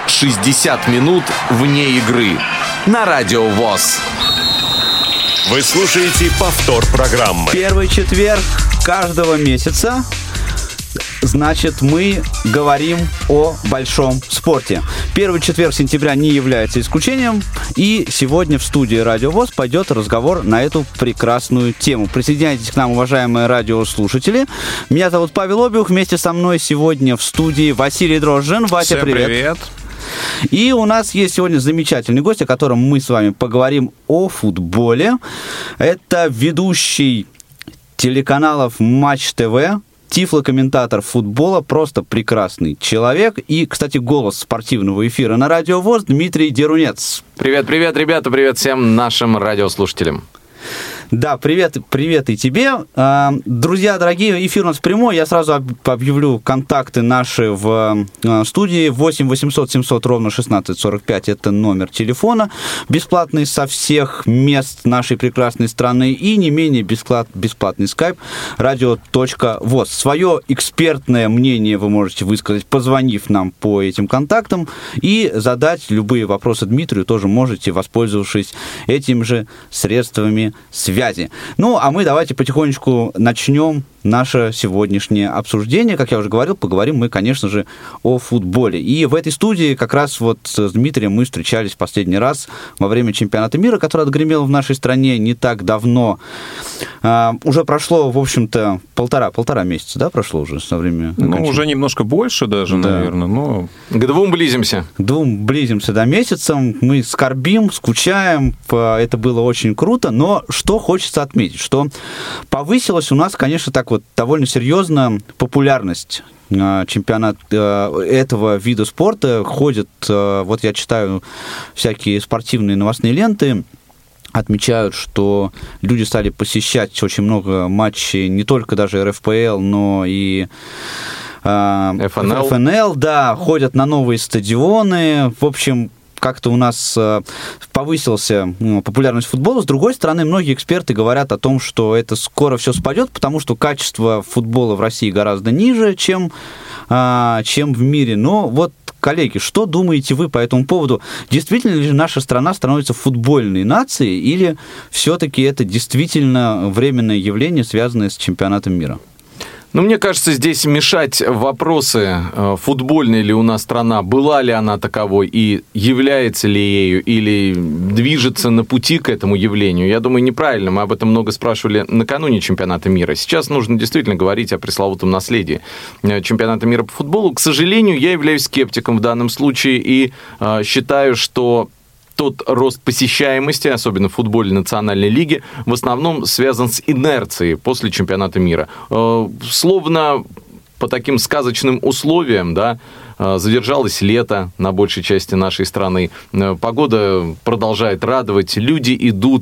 60 минут вне игры на Радио ВОС. Вы слушаете повтор программы. Первый четверг каждого месяца, значит, мы говорим о большом спорте. Первый четверг сентября не является исключением, и сегодня в студии Радио ВОС пойдет разговор на эту прекрасную тему. Присоединяйтесь к нам, уважаемые радиослушатели. Меня зовут Павел Обиух, вместе со мной сегодня в студии Василий Дрожжин. Вася, всем привет. И у нас есть сегодня замечательный гость, о котором мы с вами поговорим о футболе. Это ведущий телеканалов Матч ТВ, тифлокомментатор футбола, просто прекрасный человек. И, кстати, голос спортивного эфира на Радио ВОС Дмитрий Дерунец. Привет, ребята, привет всем нашим радиослушателям. Да, привет и тебе. Друзья, дорогие, эфир у нас прямой. Я сразу объявлю контакты наши в студии. 8 800 700 ровно 1645 это номер телефона. Бесплатный со всех мест нашей прекрасной страны. И не менее бесплатный скайп radio.voz. Свое экспертное мнение вы можете высказать, позвонив нам по этим контактам. И задать любые вопросы Дмитрию тоже можете, воспользовавшись этими же средствами связи. Ну, а мы давайте потихонечку начнем наше сегодняшнее обсуждение. Как я уже говорил, поговорим мы, конечно же, о футболе. И в этой студии как раз вот с Дмитрием мы встречались в последний раз во время чемпионата мира, который отгремел в нашей стране не так давно. Уже прошло, в общем-то, полтора месяца, да, прошло уже со времени окончания? Ну, уже немножко больше даже, да, наверное. Но... К двум близимся. До месяца. Мы скорбим, скучаем. Это было очень круто. Но что хочется отметить, что повысилась у нас, конечно, так вот довольно серьезно популярность чемпионата этого вида спорта. Ходят, вот я читаю всякие спортивные новостные ленты, отмечают, что люди стали посещать очень много матчей, не только даже РФПЛ, но и ФНЛ, да, ходят на новые стадионы. В общем, как-то у нас повысился популярность футбола. С другой стороны, многие эксперты говорят о том, что это скоро все спадет, потому что качество футбола в России гораздо ниже, чем в мире. Но вот, коллеги, что думаете вы по этому поводу? Действительно ли наша страна становится футбольной нацией, или все-таки это действительно временное явление, связанное с чемпионатом мира? Ну, мне кажется, здесь мешать вопросы, футбольная ли у нас страна, была ли она таковой и является ли ею, или движется на пути к этому явлению, я думаю, неправильно. Мы об этом много спрашивали накануне чемпионата мира. Сейчас нужно действительно говорить о пресловутом наследии чемпионата мира по футболу. К сожалению, я являюсь скептиком в данном случае и считаю, что тот рост посещаемости, особенно в футболе национальной лиги, в основном связан с инерцией после чемпионата мира. Словно по таким сказочным условиям, да, задержалось лето на большей части нашей страны. Погода продолжает радовать. Люди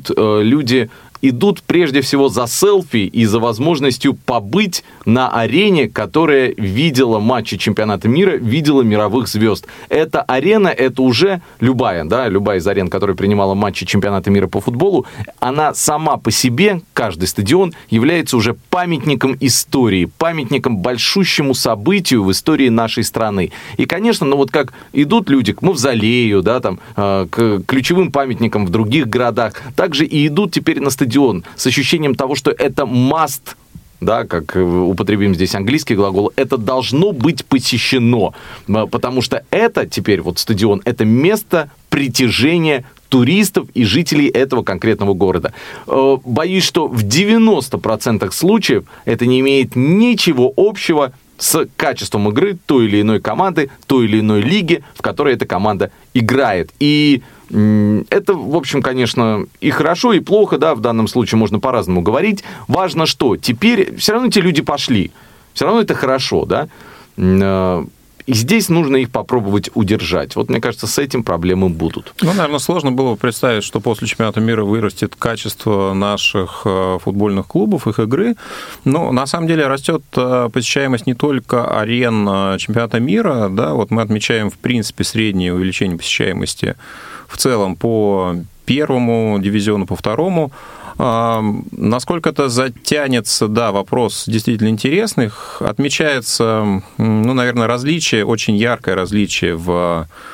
идут прежде всего за селфи и за возможностью побыть на арене, которая видела матчи чемпионата мира, видела мировых звезд. Эта арена, это уже любая из арен, которая принимала матчи чемпионата мира по футболу, она сама по себе, каждый стадион, является уже памятником истории, памятником большущему событию в истории нашей страны. И, конечно, вот как идут люди к мавзолею, да, там, к ключевым памятникам в других городах, также и идут теперь на стадион с ощущением того, что это must, да, как употребим здесь английский глагол, это должно быть посещено, потому что это теперь вот стадион, это место притяжения туристов и жителей этого конкретного города. Боюсь, что в 90% случаев это не имеет ничего общего с качеством игры той или иной команды, той или иной лиги, в которой эта команда играет. И это, в общем, конечно, и хорошо, и плохо, да, в данном случае можно по-разному говорить. Важно, что теперь все равно эти люди пошли, все равно это хорошо, да. И здесь нужно их попробовать удержать. Вот, мне кажется, с этим проблемы будут. Ну, наверное, сложно было бы представить, что после чемпионата мира вырастет качество наших футбольных клубов, их игры. Но, на самом деле, растет посещаемость не только арен чемпионата мира. Да, вот мы отмечаем, в принципе, среднее увеличение посещаемости в целом по первому дивизиону, по второму. Насколько это затянется, да, вопрос действительно интересный. Отмечается, ну, наверное, различие, очень яркое различие в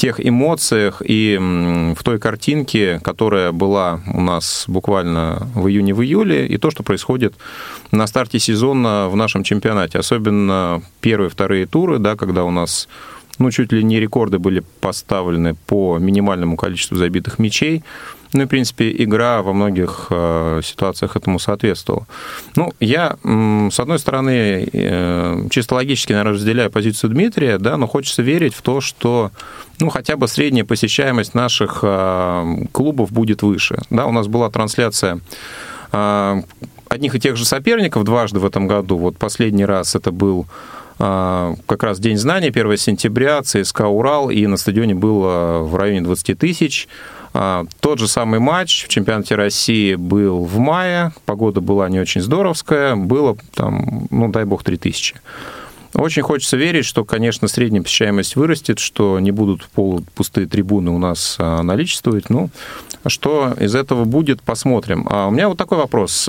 тех эмоциях и в той картинке, которая была у нас буквально в июне, в июле, и то, что происходит на старте сезона в нашем чемпионате. Особенно первые, вторые туры, да, когда у нас чуть ли не рекорды были поставлены по минимальному количеству забитых мячей. Ну и, в принципе, игра во многих ситуациях этому соответствовала. Я, с одной стороны, чисто логически, наверное, разделяю позицию Дмитрия, да, но хочется верить в то, что хотя бы средняя посещаемость наших клубов будет выше. Да, у нас была трансляция одних и тех же соперников дважды в этом году. Вот последний раз это был как раз День знаний, 1 сентября, ЦСКА «Урал», и на стадионе было в районе 20 тысяч. Тот же самый матч в чемпионате России был в мае, погода была не очень здоровская, было там, дай бог, 3000. Очень хочется верить, что, конечно, средняя посещаемость вырастет, что не будут полупустые трибуны у нас наличествовать. Что из этого будет, посмотрим. У меня вот такой вопрос.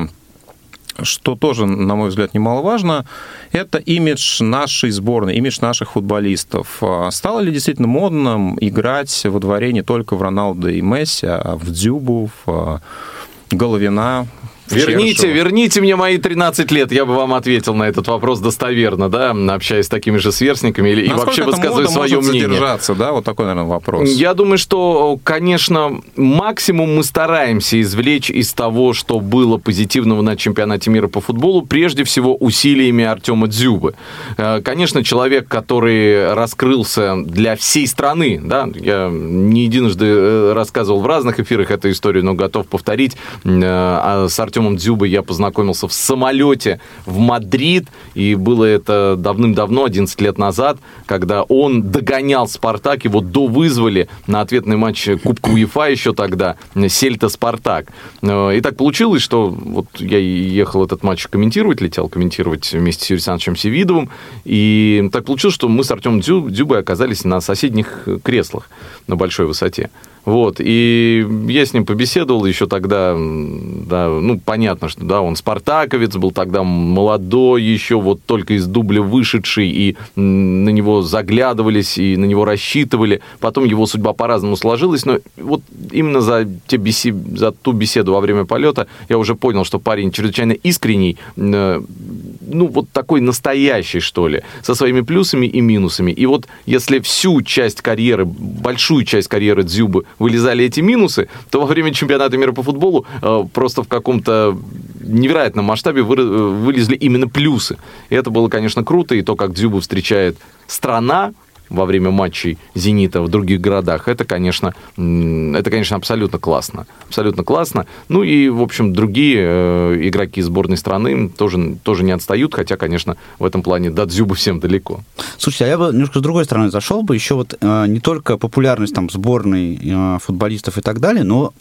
Что тоже, на мой взгляд, немаловажно, это имидж нашей сборной, имидж наших футболистов. Стало ли действительно модным играть во дворе не только в Роналдо и Месси, а в Дзюбу, в Головина? Верните мне мои 13 лет, я бы вам ответил на этот вопрос достоверно, да, общаясь с такими же сверстниками и вообще высказывая свое мнение. Задержаться, да, вот такой, наверное, вопрос. Я думаю, что, конечно, максимум мы стараемся извлечь из того, что было позитивного на чемпионате мира по футболу, прежде всего усилиями Артема Дзюбы. Конечно, человек, который раскрылся для всей страны, да, я не единожды рассказывал в разных эфирах эту историю, но готов повторить, с Артемом Дзюбой я познакомился в самолете в Мадрид, и было это давным-давно, 11 лет назад, когда он догонял «Спартак», его довызвали на ответный матч Кубка УЕФА еще тогда, Сельта-Спартак. И так получилось, что вот я ехал этот матч летел комментировать вместе с Юрием Александровичем Севидовым, и так получилось, что мы с Артемом Дзюбой оказались на соседних креслах на большой высоте. Вот, и я с ним побеседовал еще тогда, да, понятно, что, да, он спартаковец, был тогда молодой еще, вот только из дубля вышедший, и на него заглядывались, и на него рассчитывали, потом его судьба по-разному сложилась, но вот именно за ту беседу во время полета я уже понял, что парень чрезвычайно искренний, вот такой настоящий, что ли, со своими плюсами и минусами, и вот если всю часть карьеры, большую часть карьеры Дзюбы вылезали эти минусы, то во время чемпионата мира по футболу просто в каком-то невероятном масштабе вылезли именно плюсы. И это было, конечно, круто, и то, как Дзюбу встречает страна во время матчей «Зенита» в других городах, это, конечно, абсолютно классно. Абсолютно классно. И, в общем, другие игроки сборной страны тоже не отстают, хотя, конечно, в этом плане до Дзюбы всем далеко. Слушайте, а я бы немножко с другой стороны зашел бы. Еще вот не только популярность там сборной футболистов и так далее, но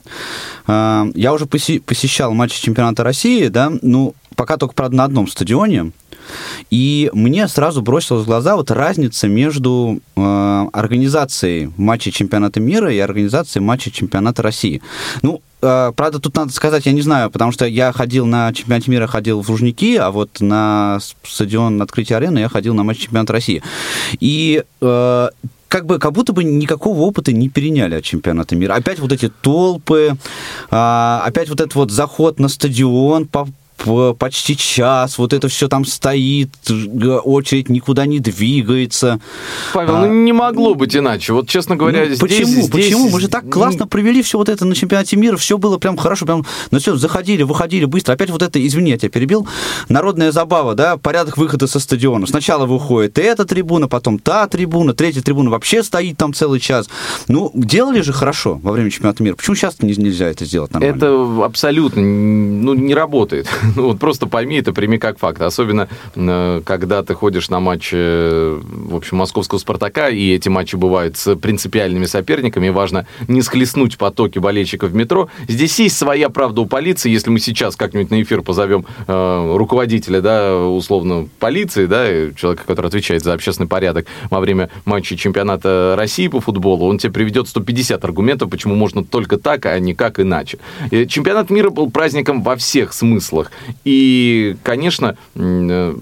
я уже посещал матчи чемпионата России, да, пока только, правда, на одном стадионе. И мне сразу бросилась в глаза вот разница между организацией матчей чемпионата мира и организацией матчей чемпионата России. Правда, тут надо сказать, я не знаю, потому что я ходил на чемпионате мира, ходил в Лужники, а вот на стадион открытия арены я ходил на матч чемпионата России. И как будто бы никакого опыта не переняли от чемпионата мира. Опять вот эти толпы, опять вот этот вот заход на стадион почти час, вот это все там стоит, очередь никуда не двигается. Павел, не могло быть иначе. Вот, честно говоря, Почему? Мы же так классно провели все вот это на чемпионате мира, все было прям хорошо, прям, все, заходили, выходили быстро. Опять вот это, извини, я тебя перебил, народная забава, да, порядок выхода со стадиона. Сначала выходит эта трибуна, потом та трибуна, третья трибуна вообще стоит там целый час. Делали же хорошо во время чемпионата мира. Почему сейчас нельзя это сделать нормально? Это абсолютно не работает. Просто пойми это, прими как факт. Особенно, когда ты ходишь на матчи, в общем, московского «Спартака», и эти матчи бывают с принципиальными соперниками, и важно не схлестнуть потоки болельщиков в метро. Здесь есть своя правда у полиции. Если мы сейчас как-нибудь на эфир позовем руководителя, да, условно, полиции, да, человека, который отвечает за общественный порядок во время матчей чемпионата России по футболу, он тебе приведет 150 аргументов, почему можно только так, а никак иначе. Чемпионат мира был праздником во всех смыслах. И, конечно,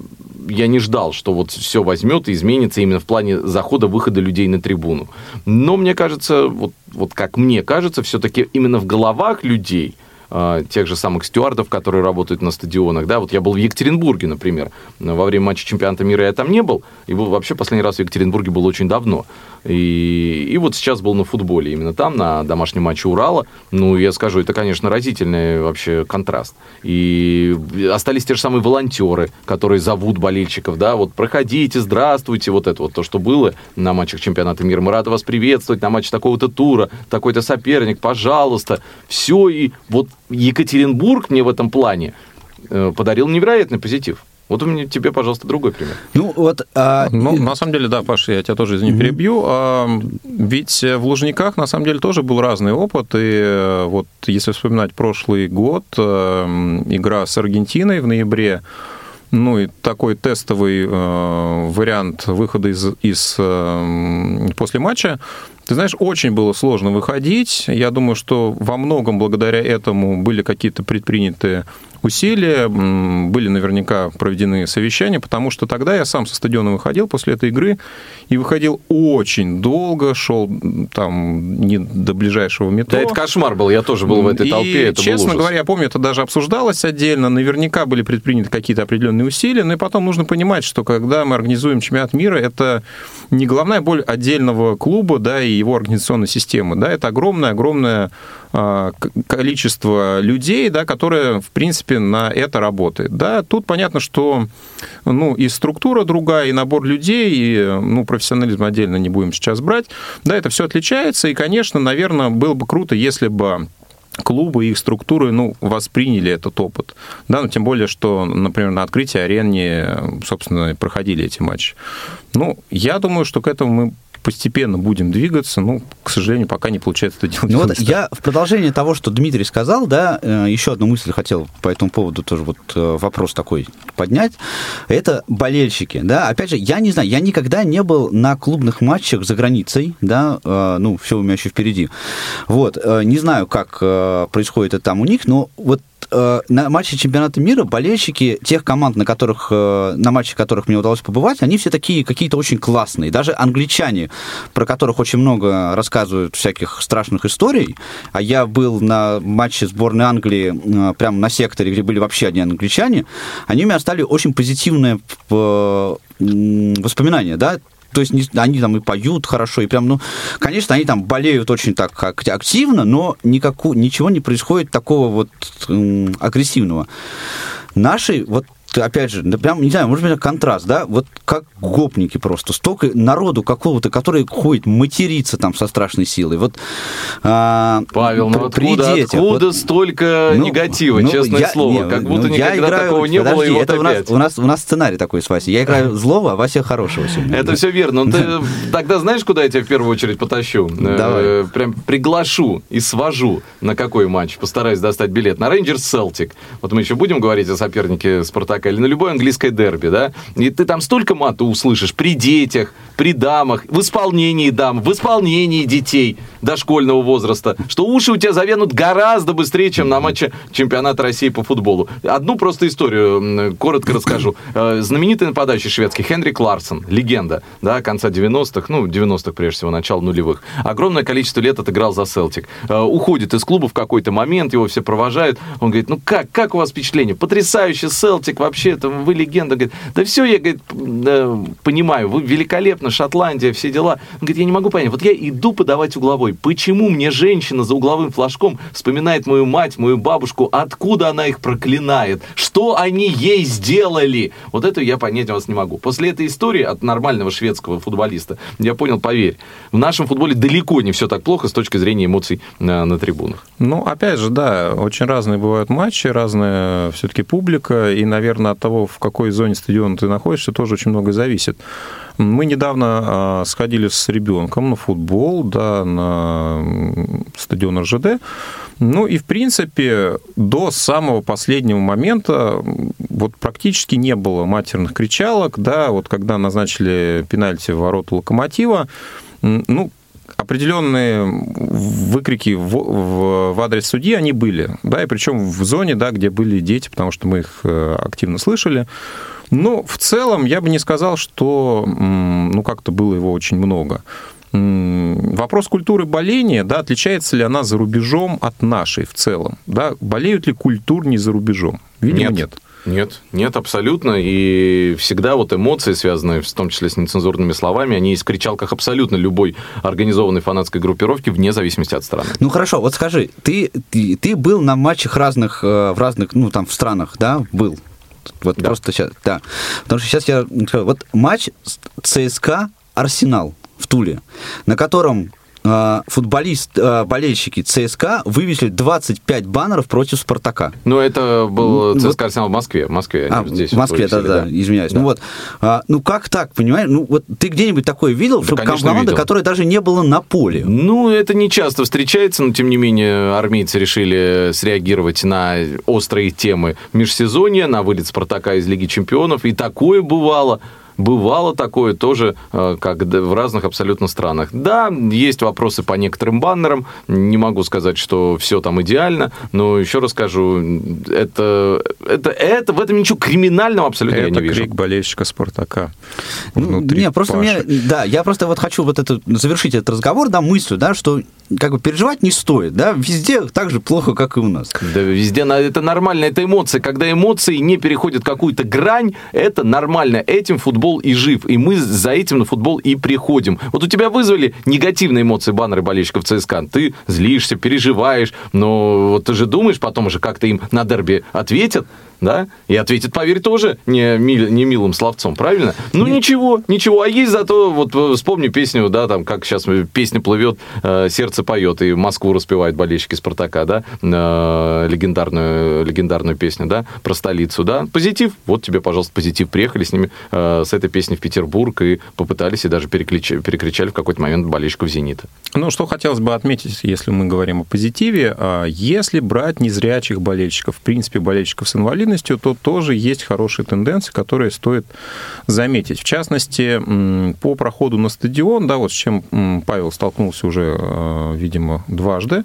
я не ждал, что вот все возьмет и изменится именно в плане захода-выхода людей на трибуну. Но мне кажется, вот как мне кажется, все-таки именно в головах людей, тех же самых стюардов, которые работают на стадионах, да, вот я был в Екатеринбурге, например, во время матча чемпионата мира я там не был, и вообще последний раз в Екатеринбурге был очень давно, и вот сейчас был на футболе, именно там, на домашнем матче Урала, ну, я скажу, это, конечно, разительный вообще контраст, и остались те же самые волонтеры, которые зовут болельщиков, да, вот проходите, здравствуйте, вот это вот то, что было на матчах чемпионата мира, мы рады вас приветствовать на матче такого-то тура, такой-то соперник, пожалуйста, все, и вот Екатеринбург мне в этом плане подарил невероятный позитив. Вот у меня тебе, пожалуйста, другой пример. Ну, вот... на самом деле, да, Паша, я тебя тоже, извини, перебью. Ведь в Лужниках, на самом деле, тоже был разный опыт. И вот если вспоминать прошлый год, игра с Аргентиной в ноябре, ну, и такой тестовый вариант выхода после матча, ты знаешь, очень было сложно выходить. Я думаю, что во многом благодаря этому были какие-то предприняты усилия, были наверняка проведены совещания, потому что тогда я сам со стадиона выходил после этой игры и выходил очень долго, шел там не до ближайшего метро. Да, это кошмар был, я тоже был в этой толпе, это честно был ужас. говоря, я помню, это даже обсуждалось отдельно, наверняка были предприняты какие-то определенные усилия, но и потом нужно понимать, что когда мы организуем чемпионат мира, это не головная боль отдельного клуба, да, и его организационной системы, да, это огромное количество людей, да, которые, в принципе, на это работает. Да, тут понятно, что и структура другая, и набор людей, и профессионализм отдельно не будем сейчас брать. Да, это все отличается, и, конечно, наверное, было бы круто, если бы клубы и их структуры, восприняли этот опыт. Да, тем более, что, например, на открытии арены, собственно, проходили эти матчи. Я думаю, что к этому мы постепенно будем двигаться, к сожалению, пока не получается это делать. Вот я в продолжение того, что Дмитрий сказал, да, еще одну мысль хотел по этому поводу тоже вопрос такой поднять. Это болельщики, да. Опять же, я не знаю, я никогда не был на клубных матчах за границей, да, все у меня еще впереди. Вот, не знаю, как происходит это там у них, но вот на матче чемпионата мира болельщики тех команд, на матче которых мне удалось побывать, они все такие какие-то очень классные. Даже англичане, про которых очень много рассказывают всяких страшных историй, а я был на матче сборной Англии прямо на секторе, где были вообще одни англичане, они у меня оставили очень позитивное воспоминание, да. То есть они там и поют хорошо, и прям, конечно, они там болеют очень так активно, но ничего не происходит такого вот агрессивного. Наши, вот опять же, прям, не знаю, может быть, контраст, да, вот как гопники просто, столько народу какого-то, который ходит материться там со страшной силой. Вот, Павел, откуда столько негатива, честное слово, как будто никогда такого не было, и вот опять. У нас сценарий такой с Васей, я играю злого, а Вася хорошего сегодня. Это все верно, но ты тогда знаешь, куда я тебя в первую очередь потащу? Давай. Прям приглашу и свожу на какой матч, постараюсь достать билет, на Рейнджерс Селтик. Вот мы еще будем говорить о сопернике Спартака, или на любое английское дерби, да, и ты там столько мата услышишь при детях, при дамах, в исполнении дам, в исполнении детей дошкольного возраста, что уши у тебя завянут гораздо быстрее, чем на матче чемпионата России по футболу. Одну просто историю коротко расскажу. Знаменитый нападающий шведский Хенрик Ларсон, легенда, да, конца 90-х, 90-х прежде всего, начала нулевых. Огромное количество лет отыграл за Селтик. Уходит из клуба в какой-то момент, его все провожают. Он говорит, как у вас впечатление? Потрясающий Селтик, вообще, вы легенда. Говорит, да все, я, говорит, понимаю, вы великолепно, Шотландия, все дела. Он говорит, я не могу понять, вот я иду подавать угловой, почему мне женщина за угловым флажком вспоминает мою мать, мою бабушку, откуда она их проклинает, что они ей сделали? Вот это я понять у вас не могу. После этой истории от нормального шведского футболиста я понял, поверь, в нашем футболе далеко не все так плохо с точки зрения эмоций на трибунах. Опять же, да, очень разные бывают матчи, разная все-таки публика, и, наверное, от того, в какой зоне стадиона ты находишься, тоже очень многое зависит. Мы недавно сходили с ребенком на футбол, да, на стадион РЖД. И, в принципе, до самого последнего момента вот практически не было матерных кричалок, да, вот когда назначили пенальти в ворота Локомотива, определенные выкрики в адрес судьи, они были, да, и причем в зоне, да, где были дети, потому что мы их активно слышали. Ну, в целом, я бы не сказал, что, как-то было его очень много. Вопрос культуры боления, да, отличается ли она за рубежом от нашей в целом? Да? Болеют ли культурнее за рубежом? Видимо, нет. Нет, абсолютно. И всегда вот эмоции, связанные в том числе с нецензурными словами, они есть в кричалках абсолютно любой организованной фанатской группировки, вне зависимости от страны. Ну, хорошо, вот скажи, ты был на матчах разных, в разных, в странах, да, был? Вот да. Просто сейчас, да. Потому что сейчас я скажу, вот матч ЦСКА «Арсенал» в Туле, на котором болельщики ЦСКА вывесили 25 баннеров против «Спартака». Ну, это был ЦСКА «Арсенал» в Москве. В Москве, здесь. В Москве, да, извиняюсь. Да. Ну, как так, понимаешь? Ну, вот ты где-нибудь такое видел, чтобы команда, которая даже не была на поле? Ну, это не часто встречается, но, тем не менее, армейцы решили среагировать на острые темы межсезонья, на вылет «Спартака» из Лиги чемпионов, и такое бывало. Бывало такое тоже, как в разных абсолютно странах. Да, есть вопросы по некоторым баннерам. Не могу сказать, что все там идеально, но еще раз скажу, это в этом ничего криминального абсолютно я не вижу. Это крик болельщика «Спартака». Я просто вот хочу завершить этот разговор, мыслью, что как бы переживать не стоит, везде так же плохо, как и у нас. Да, везде это нормально, это эмоции. Когда эмоции не переходят какую-то грань, это нормально. Этим футбол и жив, и мы за этим на футбол и приходим. Вот у тебя вызвали негативные эмоции баннеры болельщиков ЦСКА, ты злишься, переживаешь, но вот ты же думаешь потом уже, как ты им на дерби ответят, да? И ответит, поверь, тоже не милым словцом, правильно? Ну, ничего. А есть зато, вот вспомни песню, да, там, как сейчас песня плывет, сердце поет, и Москву распевают болельщики «Спартака», да, легендарную песню, да, про столицу, да. Позитив, вот тебе, пожалуйста, позитив. Приехали с ними с этой песней в Петербург и попытались, и даже перекричали в какой-то момент болельщиков «Зенита». Ну, что хотелось бы отметить, если мы говорим о позитиве, если брать незрячих болельщиков, в принципе, болельщиков с инвалидностью, то тоже есть хорошие тенденции, которые стоит заметить. В частности, по проходу на стадион, да, вот с чем Павел столкнулся уже, видимо, дважды,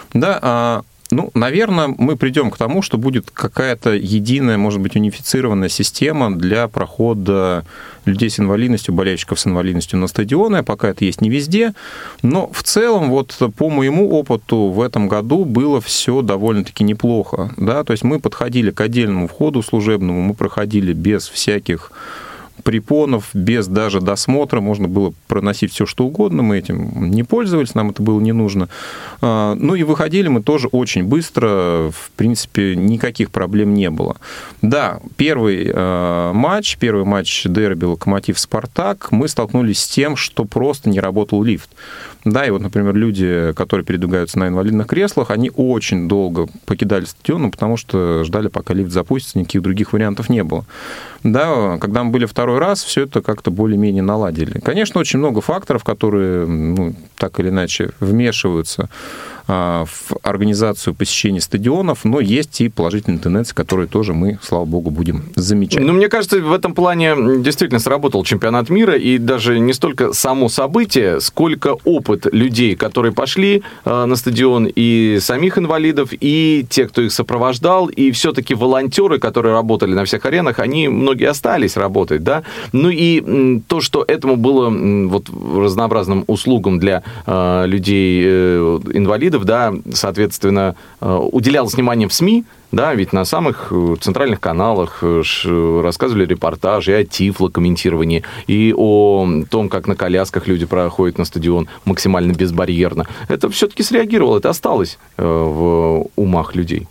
да, наверное, мы придем к тому, что будет какая-то единая, может быть, унифицированная система для прохода людей с инвалидностью, болельщиков с инвалидностью на стадионы. Пока это есть не везде. Но в целом, вот по моему опыту, в этом году было все довольно-таки неплохо. Да? То есть мы подходили к отдельному входу служебному, мы проходили без всяких препонов, без даже досмотра, можно было проносить все, что угодно, мы этим не пользовались, нам это было не нужно. Ну и выходили мы тоже очень быстро, в принципе, никаких проблем не было. Да, первый матч дерби «Локомотив-Спартак», мы столкнулись с тем, что просто не работал лифт. Да, и вот, например, люди, которые передвигаются на инвалидных креслах, они очень долго покидали стадион, потому что ждали, пока лифт запустится, никаких других вариантов не было. Да, когда мы были второй раз, все это как-то более-менее наладили. Конечно, очень много факторов, которые так или иначе вмешиваются в организацию посещения стадионов, но есть и положительные тенденции, которые тоже мы, слава богу, будем замечать. Ну, мне кажется, в этом плане действительно сработал чемпионат мира, и даже не столько само событие, сколько опыт людей, которые пошли на стадион, и самих инвалидов, и те, кто их сопровождал, и все-таки волонтеры, которые работали на всех аренах, они многие остались работать, да. Ну и то, что этому было вот разнообразным услугам для людей инвалидов, да, соответственно, уделялось внимание в СМИ, да, ведь на самых центральных каналах рассказывали репортажи и о тифлокомментировании, и о том, как на колясках люди проходят на стадион максимально безбарьерно. Это все-таки среагировало, это осталось в умах людей.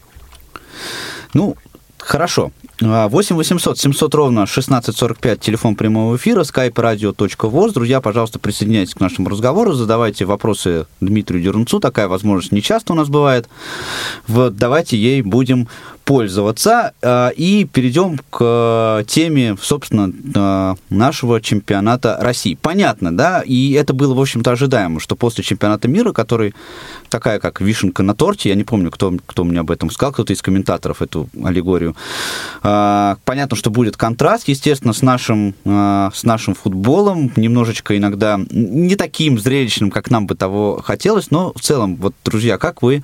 Ну, хорошо. 8 800 700 ровно 1645, телефон прямого эфира, skype-radio.voz. Друзья, пожалуйста, присоединяйтесь к нашему разговору, задавайте вопросы Дмитрию Дерунцу, такая возможность не часто у нас бывает. Вот, давайте ей будем пользоваться. И перейдем к теме, собственно, нашего чемпионата России. Понятно, да, и это было, в общем-то, ожидаемо, что после чемпионата мира, который такая, как вишенка на торте, я не помню, кто мне об этом сказал, кто-то из комментаторов эту аллегорию понятно, что будет контраст, естественно, с нашим футболом, немножечко иногда не таким зрелищным, как нам бы того хотелось, но в целом, вот, друзья, как вы,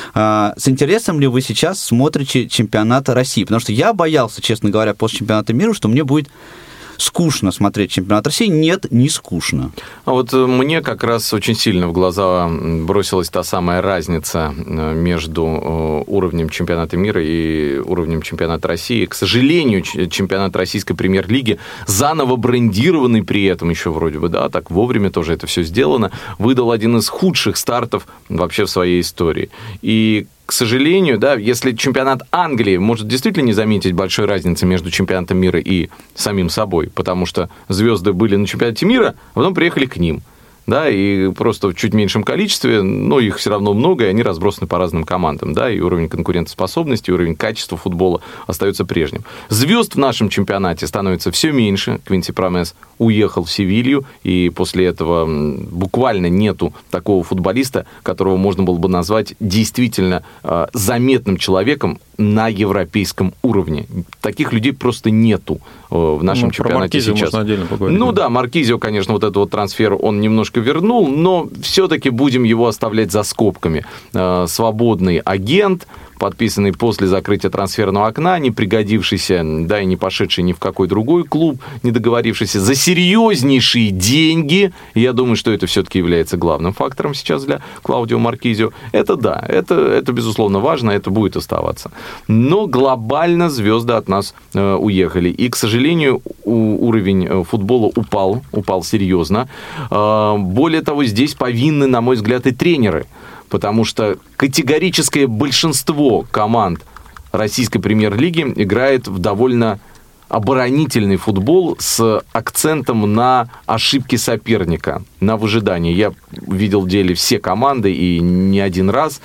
с интересом ли вы сейчас смотрите чемпионат России? Потому что я боялся, честно говоря, после чемпионата мира, что мне будет скучно смотреть чемпионат России. Нет, не скучно. А вот мне как раз очень сильно в глаза бросилась та самая разница между уровнем чемпионата мира и уровнем чемпионата России. К сожалению, чемпионат российской премьер-лиги, заново брендированный при этом еще вроде бы, да, так вовремя тоже это все сделано, выдал один из худших стартов вообще в своей истории. И к сожалению, да, если чемпионат Англии может действительно не заметить большой разницы между чемпионатом мира и самим собой, потому что звезды были на чемпионате мира, а потом приехали к ним. Да, и просто в чуть меньшем количестве, но их все равно много, и они разбросаны по разным командам, да, и уровень конкурентоспособности, и уровень качества футбола остается прежним. Звезд в нашем чемпионате становится все меньше. Квинси Промес уехал в Севилью, и после этого буквально нету такого футболиста, которого можно было бы назвать действительно заметным человеком на европейском уровне. Таких людей просто нету в нашем чемпионате сейчас. Можно отдельно поговорить. Ну да, Маркизио, конечно, вот этот вот трансфер он немножко вернул, но все-таки будем его оставлять за скобками. Свободный агент, подписанный после закрытия трансферного окна, не пригодившийся, да, и не пошедший ни в какой другой клуб, не договорившийся за серьезнейшие деньги. Я думаю, что это все-таки является главным фактором сейчас для Клаудио Маркизио. Это да, это безусловно важно, это будет оставаться. Но глобально звезды от нас уехали. И, к сожалению, уровень футбола упал серьезно. Более того, здесь повинны, на мой взгляд, и тренеры. Потому что категорическое большинство команд российской премьер-лиги играет в довольно оборонительный футбол с акцентом на ошибки соперника, на выжидание. Я видел в деле все команды и не один раз,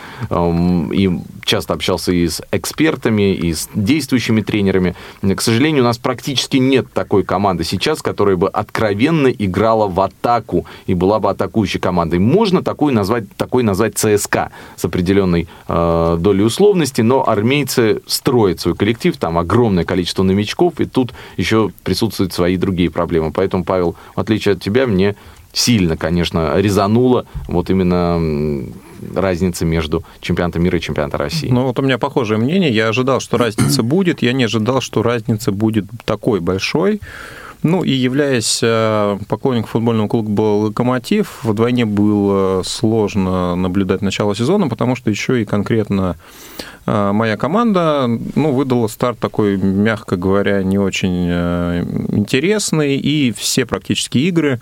и часто общался и с экспертами, и с действующими тренерами. К сожалению, у нас практически нет такой команды сейчас, которая бы откровенно играла в атаку и была бы атакующей командой. Можно такой назвать ЦСКА с определенной долей условности, но армейцы строят свой коллектив, там огромное количество новичков, и тут еще присутствуют свои другие проблемы. Поэтому, Павел, в отличие от тебя, мне сильно, конечно, резануло вот именно разница между чемпионатом мира и чемпионатом России. Ну, вот у меня похожее мнение. Я ожидал, что разница будет. Я не ожидал, что разница будет такой большой. Ну, и являясь поклонником футбольного клуба «Локомотив», вдвойне было сложно наблюдать начало сезона, потому что еще и конкретно моя команда, выдала старт такой, мягко говоря, не очень интересный, и все практически игры,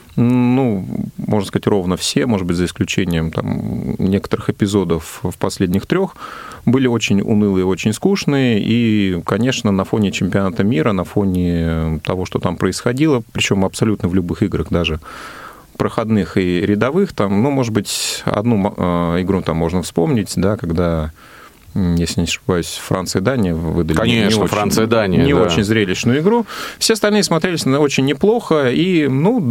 можно сказать, ровно все, может быть, за исключением там некоторых эпизодов в последних 3, были очень унылые, очень скучные, и, конечно, на фоне чемпионата мира, на фоне того, что там происходило, причем абсолютно в любых играх, даже проходных и рядовых, там, может быть, одну игру там можно вспомнить, да, когда, если не ошибаюсь, Франция и Дания выдали. Конечно, Франция и Дания. Не очень зрелищную игру. Все остальные смотрелись очень неплохо. И,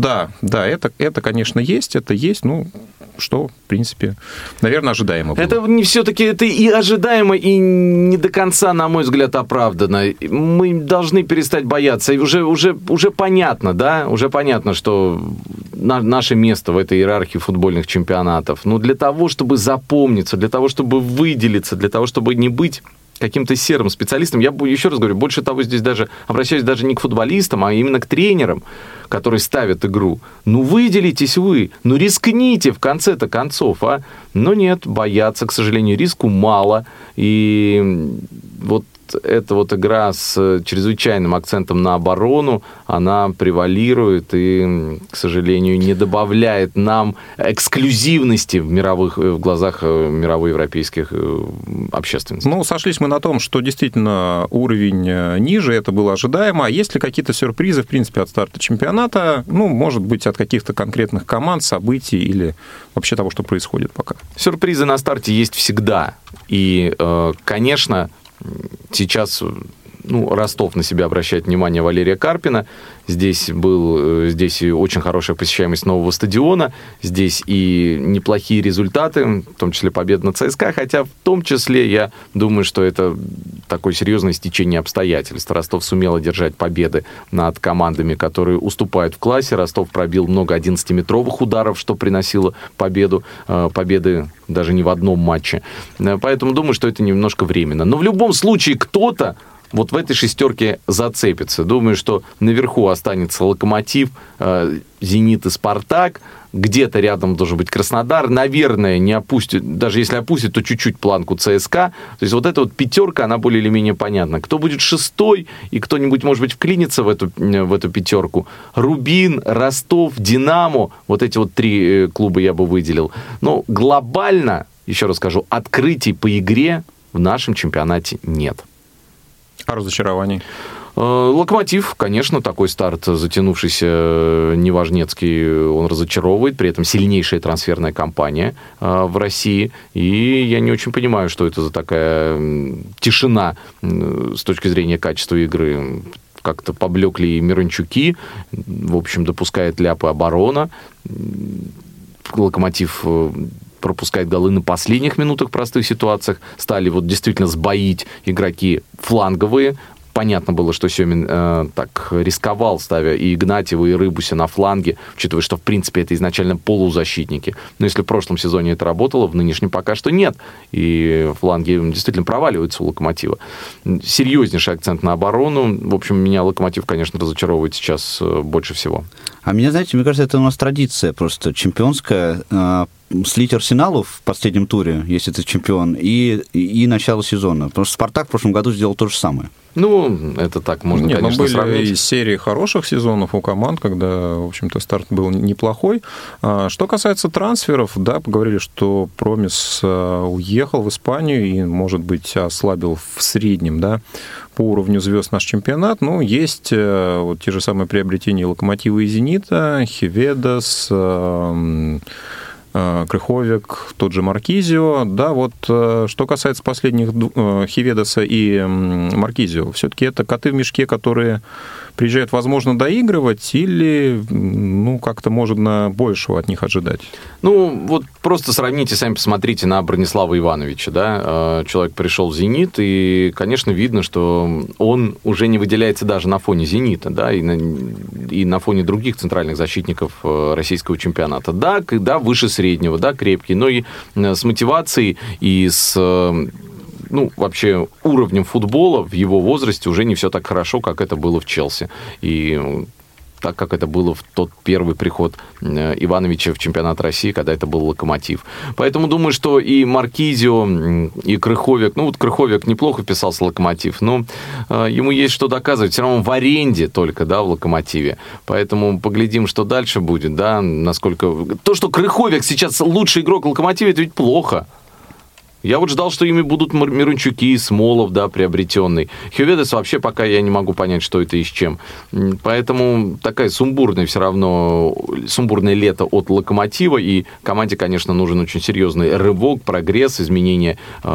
это, конечно, есть. Это есть, что, в принципе, наверное, ожидаемо было. Это не все-таки это и ожидаемо, и не до конца, на мой взгляд, оправдано. Мы должны перестать бояться. И уже понятно, да? Уже понятно, что наше место в этой иерархии футбольных чемпионатов. Но для того, чтобы запомниться, для того, чтобы выделиться, для того, чтобы не быть каким-то серым специалистом, я еще раз говорю, больше того, здесь даже обращаюсь даже не к футболистам, а именно к тренерам, которые ставят игру. Выделитесь вы, рискните в конце-то концов, а? Но нет, боятся, к сожалению, риску мало, и вот эта вот игра с чрезвычайным акцентом на оборону, она превалирует и, к сожалению, не добавляет нам эксклюзивности в глазах мировой европейских общественности. Сошлись мы на том, что действительно уровень ниже, это было ожидаемо. А есть ли какие-то сюрпризы, в принципе, от старта чемпионата? Может быть, от каких-то конкретных команд, событий или вообще того, что происходит пока? Сюрпризы на старте есть всегда. И, конечно, сейчас Ростов на себя обращает внимание Валерия Карпина. Здесь и очень хорошая посещаемость нового стадиона, здесь и неплохие результаты, в том числе победа над ЦСКА, хотя в том числе я думаю, что это такое серьезное стечение обстоятельств. Ростов сумел одержать победы над командами, которые уступают в классе. Ростов пробил много 11-метровых ударов, что приносило победы даже не в одном матче. Поэтому думаю, что это немножко временно. Но в любом случае кто-то вот в этой шестерке зацепится. Думаю, что наверху останется Локомотив, Зенит и Спартак. Где-то рядом должен быть Краснодар. Наверное, не опустит, даже если опустит, то чуть-чуть планку ЦСКА. То есть вот эта вот пятерка, она более или менее понятна. Кто будет шестой, и кто-нибудь, может быть, вклинится в эту пятерку. Рубин, Ростов, Динамо. Вот эти вот три клуба я бы выделил. Но глобально, еще раз скажу, открытий по игре в нашем чемпионате нет. А разочарований? Локомотив, конечно, такой старт затянувшийся, неважнецкий, он разочаровывает, при этом сильнейшая трансферная кампания в России, и я не очень понимаю, что это за такая тишина с точки зрения качества игры. Как-то поблекли и Мирончуки, в общем, допускает ляпы оборона. Локомотив пропускает голы на последних минутах в простых ситуациях. Стали вот действительно сбоить игроки фланговые. Понятно было, что Семин так рисковал, ставя и Игнатьева, и Рыбуся на фланге, учитывая, что, в принципе, это изначально полузащитники. Но если в прошлом сезоне это работало, в нынешнем пока что нет. И фланги действительно проваливаются у Локомотива. Серьезнейший акцент на оборону. В общем, меня Локомотив, конечно, разочаровывает сейчас больше всего. А мне, знаете, мне кажется, это у нас традиция просто чемпионская, слить Арсеналу в последнем туре, если ты чемпион, и начало сезона. Потому что «Спартак» в прошлом году сделал то же самое. Это так можно, конечно, были сравнить. И серии хороших сезонов у команд, когда, в общем-то, старт был неплохой. Что касается трансферов, да, поговорили, что Промис уехал в Испанию и, может быть, ослабил в среднем, да, по уровню звезд наш чемпионат. Есть вот те же самые приобретения Локомотива и Зенита, Хеведос, Крыховик, тот же Маркизио. Да, вот что касается последних Хеведоса и Маркизио, все-таки это коты в мешке, которые приезжают, возможно, доигрывать, или как-то можно большего от них ожидать? Вот просто сравните, сами посмотрите на Бронислава Ивановича. Да? Человек пришел в «Зенит», и, конечно, видно, что он уже не выделяется даже на фоне «Зенита», да, и на фоне других центральных защитников российского чемпионата. Да, выше среднего, да, крепкий, но и с мотивацией, и с вообще уровнем футбола в его возрасте уже не все так хорошо, как это было в Челси. И так, как это было в тот первый приход Ивановича в чемпионат России, когда это был «Локомотив». Поэтому думаю, что и Маркизио, и Крыховик, Крыховик неплохо вписался в «Локомотив», но ему есть что доказывать. Все равно в аренде только, да, в «Локомотиве». Поэтому поглядим, что дальше будет, да, насколько... То, что Крыховик сейчас лучший игрок «Локомотива», это ведь плохо. Я вот ждал, что ими будут Мирончуки, Смолов, да, приобретенный. Хеведес вообще пока я не могу понять, что это и с чем. Поэтому такая сумбурное лето от «Локомотива», и команде, конечно, нужен очень серьезный рывок, прогресс, изменение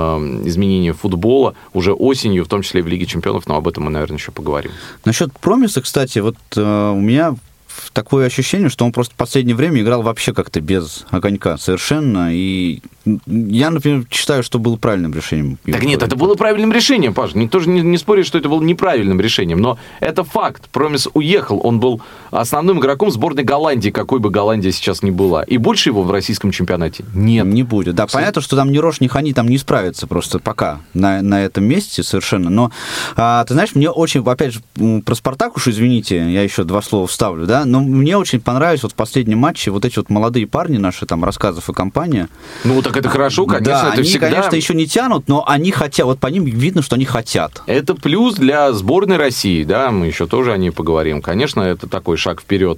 футбола уже осенью, в том числе и в Лиге чемпионов, но об этом мы, наверное, еще поговорим. Насчет Промиса, кстати, вот у меня такое ощущение, что он просто в последнее время играл вообще как-то без огонька совершенно, и я, например, считаю, что было правильным решением. Так нет, это было правильным решением, Паш. Никто же не спорит, что это было неправильным решением, но это факт. Промис уехал, он был основным игроком сборной Голландии, какой бы Голландия сейчас ни была, и больше его в российском чемпионате нет. Не будет, да. Понятно, что там ни Рош, ни Хани там не справятся просто пока на этом месте совершенно, но ты знаешь, мне очень, опять же, про «Спартак» уж извините, я еще два слова вставлю, да, но мне очень понравились вот в последнем матче вот эти вот молодые парни наши, там, Рассказов и компания. Так это хорошо, конечно, да, это они, всегда... конечно, еще не тянут, но они хотят, вот по ним видно, что они хотят. Это плюс для сборной России, да, мы еще тоже о ней поговорим. Конечно, это такой шаг вперед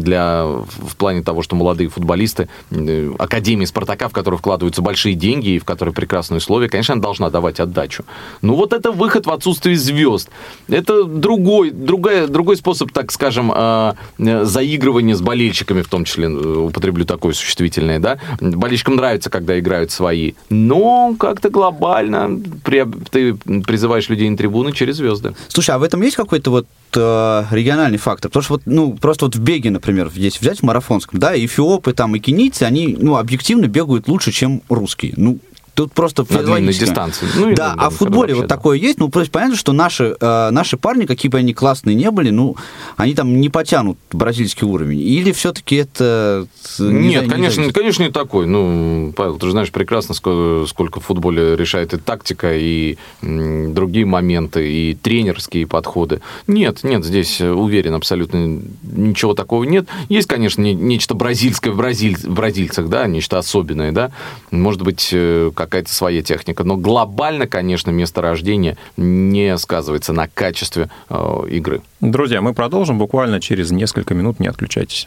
в плане того, что молодые футболисты, Академии «Спартака», в которую вкладываются большие деньги и в которой прекрасные условия, конечно, она должна давать отдачу. Вот это выход в отсутствие звезд. Это другой способ, так скажем, заигрывание с болельщиками, в том числе, употреблю такое существительное, да. Болельщикам нравится, когда играют свои. Но как-то глобально ты призываешь людей на трибуны через звезды. Слушай, а в этом есть какой-то вот региональный фактор? Потому что вот, просто вот в беге, например, здесь взять в марафонском, да, эфиопы там и кенийцы, они, объективно бегают лучше, чем русские. Тут просто на длинной дистанции. Да, а в футболе вот такое есть. Просто понятно, что наши парни, какие бы они классные не были, они там не потянут бразильский уровень. Или все-таки это... Нет, конечно, не такой. Павел, ты же знаешь прекрасно, сколько в футболе решает и тактика, и другие моменты, и тренерские подходы. Нет, здесь уверен, абсолютно ничего такого нет. Есть, конечно, нечто бразильское в бразильцах, да, нечто особенное, да. Может быть, какая-то своя техника. Но глобально, конечно, место рождения не сказывается на качестве игры. Друзья, мы продолжим буквально через несколько минут. Не отключайтесь.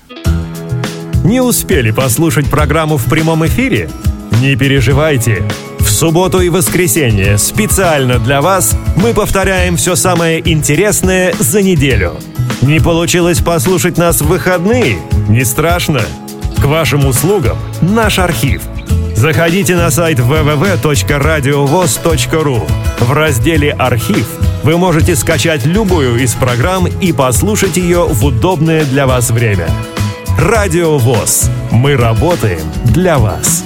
Не успели послушать программу в прямом эфире? Не переживайте. В субботу и воскресенье специально для вас мы повторяем все самое интересное за неделю. Не получилось послушать нас в выходные? Не страшно. К вашим услугам наш архив. Заходите на сайт www.radiovoz.ru. В разделе «Архив» вы можете скачать любую из программ и послушать ее в удобное для вас время. Радио ВОС. Мы работаем для вас.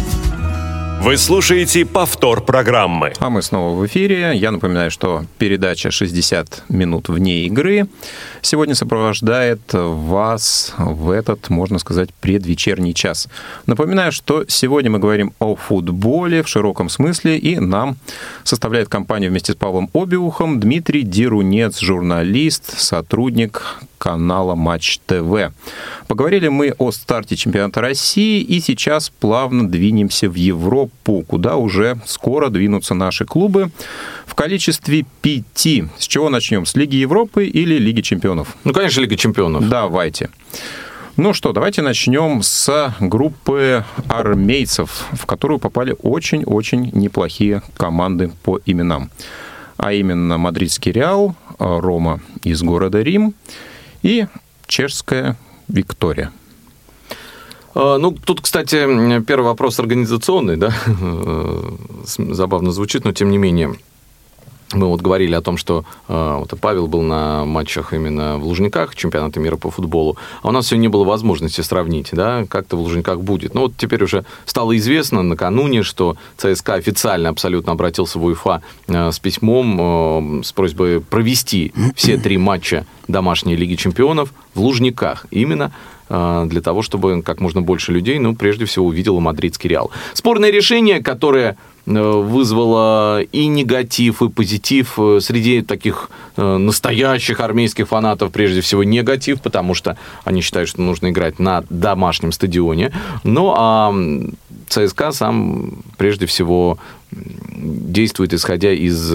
Вы слушаете повтор программы. А мы снова в эфире. Я напоминаю, что передача «60 минут вне игры» сегодня сопровождает вас в этот, можно сказать, предвечерний час. Напоминаю, что сегодня мы говорим о футболе в широком смысле, и нам составляет компанию вместе с Павлом Обиухом Дмитрий Дерунец, журналист, сотрудник канала Матч ТВ. Поговорили мы о старте чемпионата России, и сейчас плавно двинемся в Европу, куда уже скоро двинутся наши клубы в количестве 5. С чего начнем? С Лиги Европы или Лиги чемпионов? Конечно, Лига чемпионов. Давайте. Давайте начнем с группы армейцев, в которую попали очень-очень неплохие команды по именам. А именно Мадридский Реал, Рома из города Рим и чешская Виктория. Тут, кстати, первый вопрос организационный, да, забавно звучит, но тем не менее. Мы говорили о том, что Павел был на матчах именно в Лужниках, чемпионата мира по футболу, а у нас все не было возможности сравнить, да, как-то в Лужниках будет. Теперь уже стало известно накануне, что ЦСКА официально абсолютно обратился в УЕФА с письмом с просьбой провести все 3 матча домашней Лиги чемпионов в Лужниках. Именно для того, чтобы как можно больше людей, прежде всего, увидело Мадридский Реал. Спорное решение, которое вызвало и негатив, и позитив среди таких настоящих армейских фанатов, прежде всего негатив, потому что они считают, что нужно играть на домашнем стадионе. А ЦСКА сам прежде всего действует, исходя из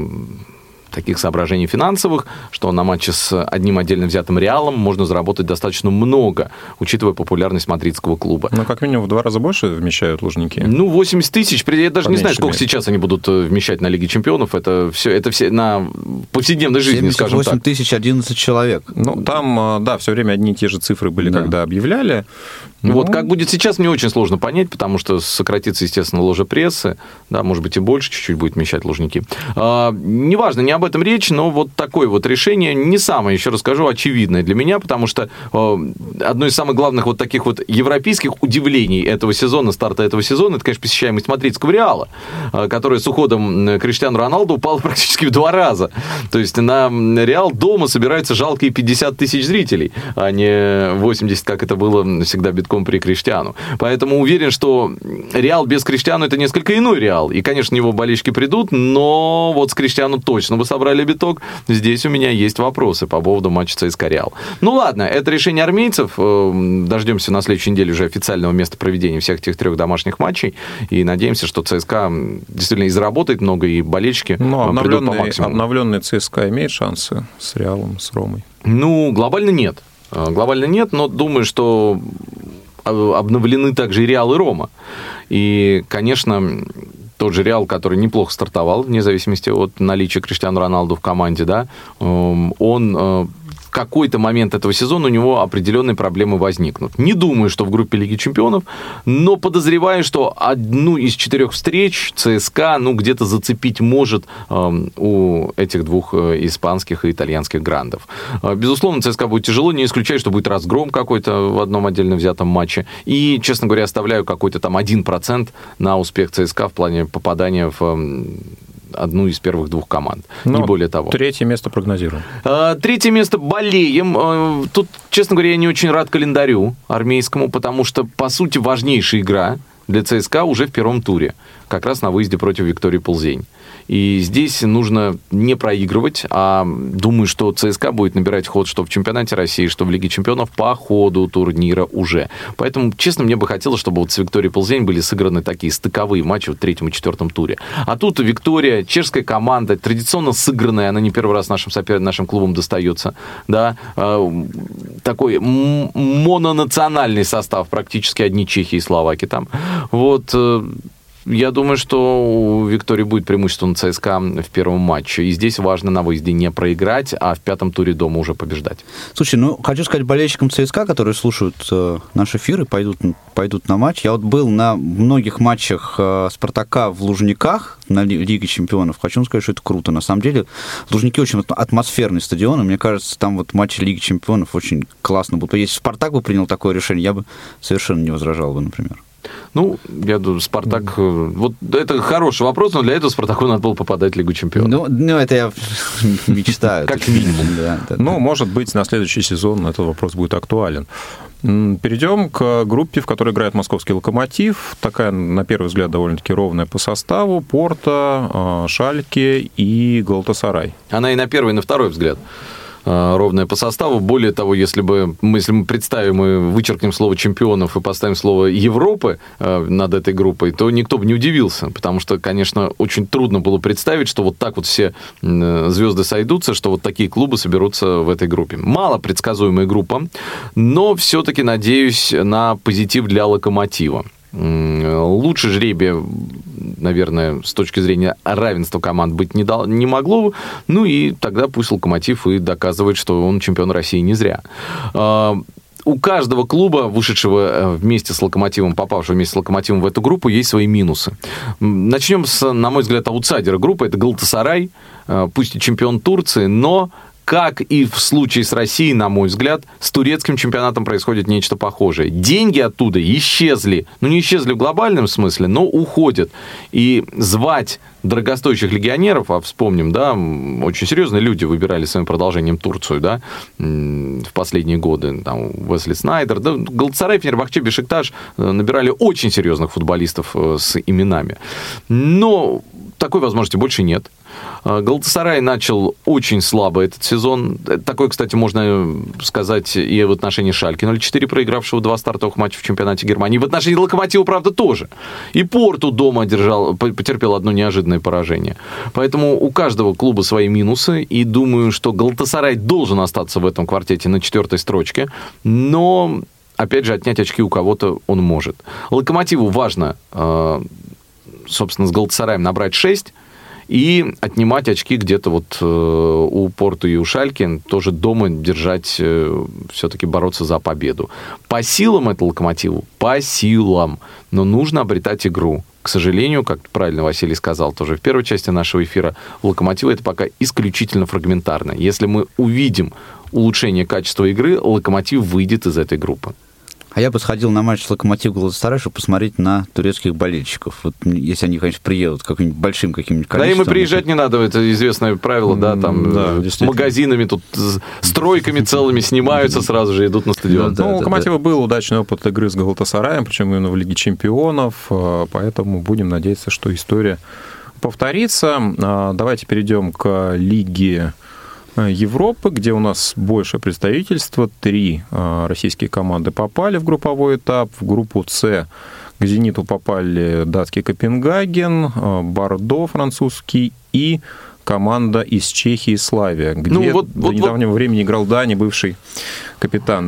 таких соображений финансовых, что на матче с одним отдельно взятым Реалом можно заработать достаточно много, учитывая популярность мадридского клуба. Как минимум в 2 раза больше вмещают Лужники. 80 тысяч. Я даже не знаю, сколько сейчас они будут вмещать на Лиге чемпионов. Это все на повседневной жизни, скажем так. 78 тысяч 11 человек. Там, да, все время одни и те же цифры были, когда объявляли. Как будет сейчас, мне очень сложно понять, потому что сократится, естественно, ложа прессы, да, может быть, и больше чуть-чуть будет вмещать Лужники. Неважно, не об этом речь, но такое решение не самое, еще раз скажу, очевидное для меня, потому что одно из самых главных таких европейских удивлений этого сезона, старта этого сезона, это, конечно, посещаемость мадридского Реала, которая с уходом Криштиану Роналду упала практически в 2 раза. То есть на Реал дома собираются жалкие 50 тысяч зрителей, а не 80, как это было всегда битком при Криштиану. Поэтому уверен, что Реал без Криштиану это несколько иной Реал. И, конечно, его болельщики придут, но с Криштиану точно бы собрали биток. Здесь у меня есть вопросы по поводу матча ЦСКА Реал. Ладно, это решение армейцев. Дождемся на следующей неделе уже официального места проведения всех этих 3 домашних матчей. И надеемся, что ЦСКА действительно и заработает много, и болельщики придут по максимуму. Обновленный ЦСКА имеет шансы с Реалом, с Ромой? Глобально нет. Но думаю, что обновлены также и Реал, и Рома. И, конечно, тот же Реал, который неплохо стартовал, вне зависимости от наличия Криштиану Роналду в команде, да, он какой-то момент этого сезона у него определенные проблемы возникнут. Не думаю, что в группе Лиги Чемпионов, но подозреваю, что одну из 4 встреч ЦСКА где-то зацепить может у этих двух испанских и итальянских грандов. Безусловно, ЦСКА будет тяжело, не исключаю, что будет разгром какой-то в одном отдельно взятом матче. И, честно говоря, оставляю какой-то там 1% на успех ЦСКА в плане попадания в одну из первых 2 команд. Не более того. 3-е место прогнозируем. 3-е место болеем. Тут, честно говоря, я не очень рад календарю армейскому, потому что, по сути, важнейшая игра для ЦСКА уже в первом туре. Как раз на выезде против Виктории Плзень. И здесь нужно не проигрывать, а думаю, что ЦСКА будет набирать ход что в чемпионате России, что в Лиге Чемпионов по ходу турнира уже. Поэтому, честно, мне бы хотелось, чтобы вот с Викторией Плзень были сыграны такие стыковые матчи в 3-м и 4-м туре. А тут Виктория, чешская команда, традиционно сыгранная, она не первый раз нашим клубам достается. Да? Такой мононациональный состав, практически одни чехи и словаки там. Вот... Я думаю, что у Виктории будет преимущество на ЦСКА в первом матче. И здесь важно на выезде не проиграть, а в 5-м туре дома уже побеждать. Слушай, хочу сказать болельщикам ЦСКА, которые слушают наш эфир и пойдут на матч. Я вот был на многих матчах Спартака в Лужниках на Лиге Чемпионов. Хочу сказать, что это круто. На самом деле, Лужники очень атмосферный стадион, и мне кажется, там вот матчи Лиги Чемпионов очень классно будут. Если Спартак бы принял такое решение, я бы совершенно не возражал бы, например. Я думаю, Спартак... Вот это хороший вопрос, но для этого Спартаку надо было попадать в Лигу Чемпионов. Это я мечтаю. Как минимум. Может быть, на следующий сезон этот вопрос будет актуален. Перейдем к группе, в которой играет московский «Локомотив». Такая, на первый взгляд, довольно-таки ровная по составу. Порто, Шальке и Галатасарай. Она и на первый, и на второй взгляд ровная по составу. Более того, если мы представим и вычеркнем слово «чемпионов» и поставим слово «Европы» над этой группой, то никто бы не удивился, потому что, конечно, очень трудно было представить, что вот так вот все звезды сойдутся, что вот такие клубы соберутся в этой группе. Мало предсказуемая группа, но все-таки надеюсь на позитив для «Локомотива». Лучше жребия, наверное, с точки зрения равенства команд быть не могло. И тогда пусть «Локомотив» и доказывает, что он чемпион России не зря. У каждого клуба, вышедшего вместе с «Локомотивом», попавшего вместе с «Локомотивом» в эту группу, есть свои минусы. Начнем с, на мой взгляд, аутсайдера группы. Это Галатасарай, пусть и чемпион Турции, но... Как и в случае с Россией, на мой взгляд, с турецким чемпионатом происходит нечто похожее. Деньги оттуда исчезли. Не исчезли в глобальном смысле, но уходят. И звать дорогостоящих легионеров, а вспомним, очень серьезные люди выбирали своим продолжением Турцию, в последние годы. Там Уэсли Снайдер, Галатасарай, Фенербахче, Бешикташ набирали очень серьезных футболистов с именами. Но такой возможности больше нет. Галатасарай начал очень слабо этот сезон. Такое, кстати, можно сказать и в отношении Шальке 0-4, проигравшего 2 стартовых матча в чемпионате Германии. В отношении Локомотива, правда, тоже. И Порту дома потерпел одно неожиданное поражение. Поэтому у каждого клуба свои минусы. И думаю, что Галатасарай должен остаться в этом квартете на 4-й строчке. Но, опять же, отнять очки у кого-то он может. Локомотиву важно, собственно, с Галатасараем набрать 6 и отнимать очки где-то у Порту и у Шальки, тоже дома держать, все-таки бороться за победу. По силам это Локомотиву? По силам. Но нужно обретать игру. К сожалению, как правильно Василий сказал тоже в первой части нашего эфира, у Локомотива это пока исключительно фрагментарно. Если мы увидим улучшение качества игры, Локомотив выйдет из этой группы. А я бы сходил на матч Локомотив-Галатасарай, чтобы посмотреть на турецких болельщиков. Если они, конечно, приедут каким-нибудь большим каким-нибудь количеством. Да, им и приезжать не надо, это известное правило, магазинами, тут стройками целыми снимаются, сразу же идут на стадион. У Локомотива был удачный опыт игры с Галатасараем, причем именно в Лиге Чемпионов, поэтому будем надеяться, что история повторится. Давайте перейдем к Лиге Европы, где у нас больше представительства. 3 российские команды попали в групповой этап. В группу «С» к «Зениту» попали датский Копенгаген, Бордо французский и команда из Чехии «Славия», где до недавнего времени играл Дани, бывший капитан,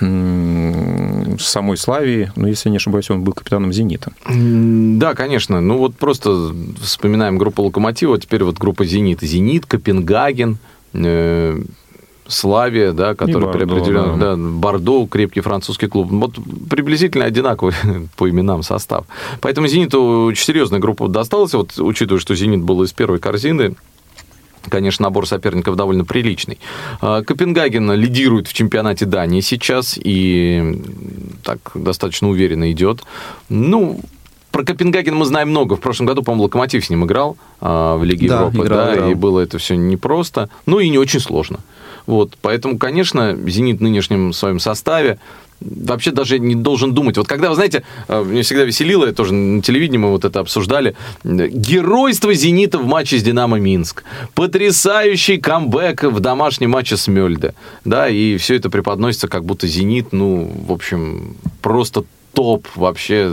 самой «Славии». Но, если не ошибаюсь, он был капитаном «Зенита». Да, конечно. Просто вспоминаем группу «Локомотива», теперь группа «Зенит». «Зенит», Копенгаген. Славия, да, который приопределен, да, Бордо, крепкий французский клуб. Вот приблизительно одинаковый по именам состав. Поэтому «Зениту» очень серьезная группа досталась. Вот, учитывая, что «Зенит» был из первой корзины, конечно, набор соперников довольно приличный. Копенгаген лидирует в чемпионате Дании сейчас и так достаточно уверенно идет. Ну, про Копенгаген мы знаем много. В прошлом году, по-моему, «Локомотив» с ним играл в Лиге Европы. Играл. И было это все непросто, ну и не очень сложно. Вот, поэтому, конечно, «Зенит» в нынешнем своем составе вообще даже не должен думать. Вот когда, вы знаете, меня всегда веселило, тоже на телевидении мы вот это обсуждали, геройство «Зенита» в матче с «Динамо Минск», потрясающий камбэк в домашнем матче с Мёльде, да, и все это преподносится, как будто «Зенит», ну, в общем, просто топ вообще,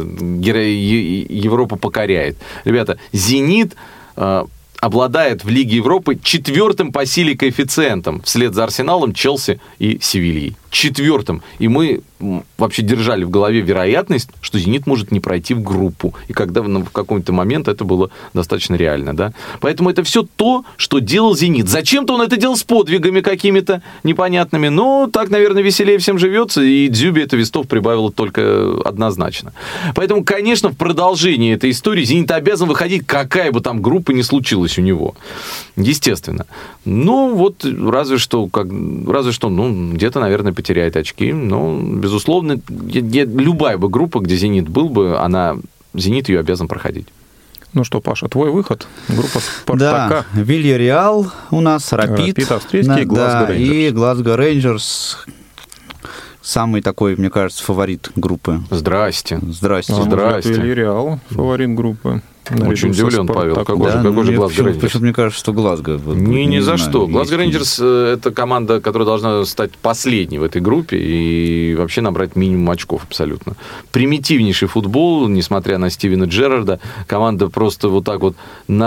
Европа покоряет. Ребята, «Зенит» обладает в Лиге Европы 4-м по силе коэффициентом, вслед за Арсеналом, Челси и Севильей. 4-м. И мы вообще держали в голове вероятность, что «Зенит» может не пройти в группу. И когда в какой-то момент это было достаточно реально. Да? Поэтому это все то, что делал «Зенит». Зачем-то он это делал с подвигами какими-то непонятными. Но так, наверное, веселее всем живется. И Дзюбе это вестов прибавило только однозначно. Поэтому, конечно, в продолжении этой истории «Зенит» обязан выходить, какая бы там группа ни случилась у него. Естественно. Ну, вот разве что ну, где-то, наверное, потеряет очки. Но, безусловно, любая бы группа, где «Зенит» был бы, «Зенит» ее обязан проходить. Ну что, Паша, твой выход? Группа «Спартака». Да, «Вильяреал» у нас, «Рапид». Австрийский, да, «Глазго Рейнджерс». И «Глазго Рейнджерс». Самый такой, мне кажется, фаворит группы. Здрасте. «Вильяреал» фаворит группы. Очень удивлен, Павел. Какой же «Глазго Рейнджерс»? Почему-то мне кажется, что «Глазго». Ни за что. «Глазго Рейнджерс» — это команда, которая должна стать последней в этой группе и вообще набрать минимум очков абсолютно. Примитивнейший футбол, несмотря на Стивена Джерарда. Команда просто вот так вот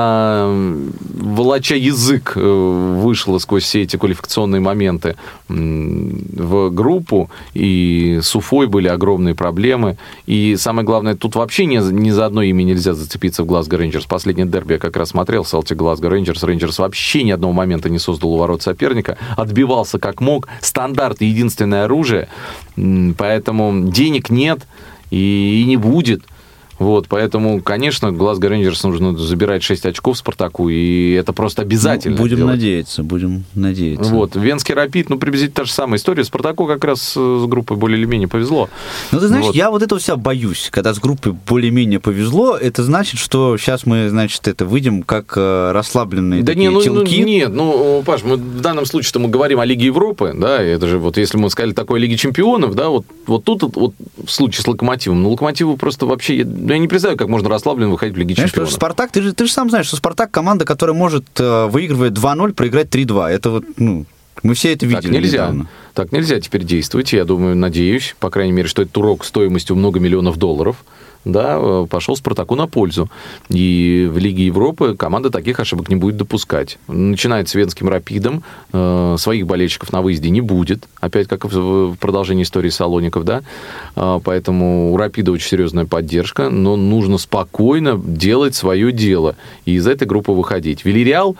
волоча язык вышла сквозь все эти квалификационные моменты в группу. И с Уфой были огромные проблемы. И самое главное, тут вообще ни за одно имя нельзя зацепиться в «Глазго Рейнджерс». Последнее дерби я как раз смотрел, Селтик Глазго Рейнджерс. Рейнджерс вообще ни одного момента не создал у ворот соперника. Отбивался как мог. Стандарт — единственное оружие. Поэтому денег нет и не будет. Вот, поэтому, конечно, «Глазго Рейнджерс» нужно забирать 6 очков «Спартаку», и это просто обязательно. Будем надеяться. Вот, «Венский Рапид», приблизительно та же самая история. «Спартаку» как раз с группой более или менее повезло. Ну, ты знаешь, я вот этого вся боюсь. Когда с группой более-менее повезло, это значит, что сейчас мы, выйдем как расслабленные телки. Нет, Паш, мы в данном случае-то мы говорим о Лиге Европы, да, это же вот если мы сказали такое о Лиге Чемпионов, да, вот тут вот в случае с «Локомотивом», «Локомотиву» просто вообще... Я не представляю, как можно расслабленно выходить в Лиге Чемпионов. «Спартак», ты же сам знаешь, что «Спартак» команда, которая может, выигрывая 2-0, проиграть 3-2. Это вот, мы все это видели недавно. Так нельзя теперь действовать. Я думаю, надеюсь, по крайней мере, что этот урок стоимостью много миллионов долларов, да, пошел «Спартаку» на пользу. И в Лиге Европы команда таких ошибок не будет допускать. Начинает с «Венским Рапидом». Своих болельщиков на выезде не будет. Опять, как в продолжении истории Салоников, да. Поэтому у «Рапида» очень серьезная поддержка. Но нужно спокойно делать свое дело. И из этой группы выходить. «Вильяреал»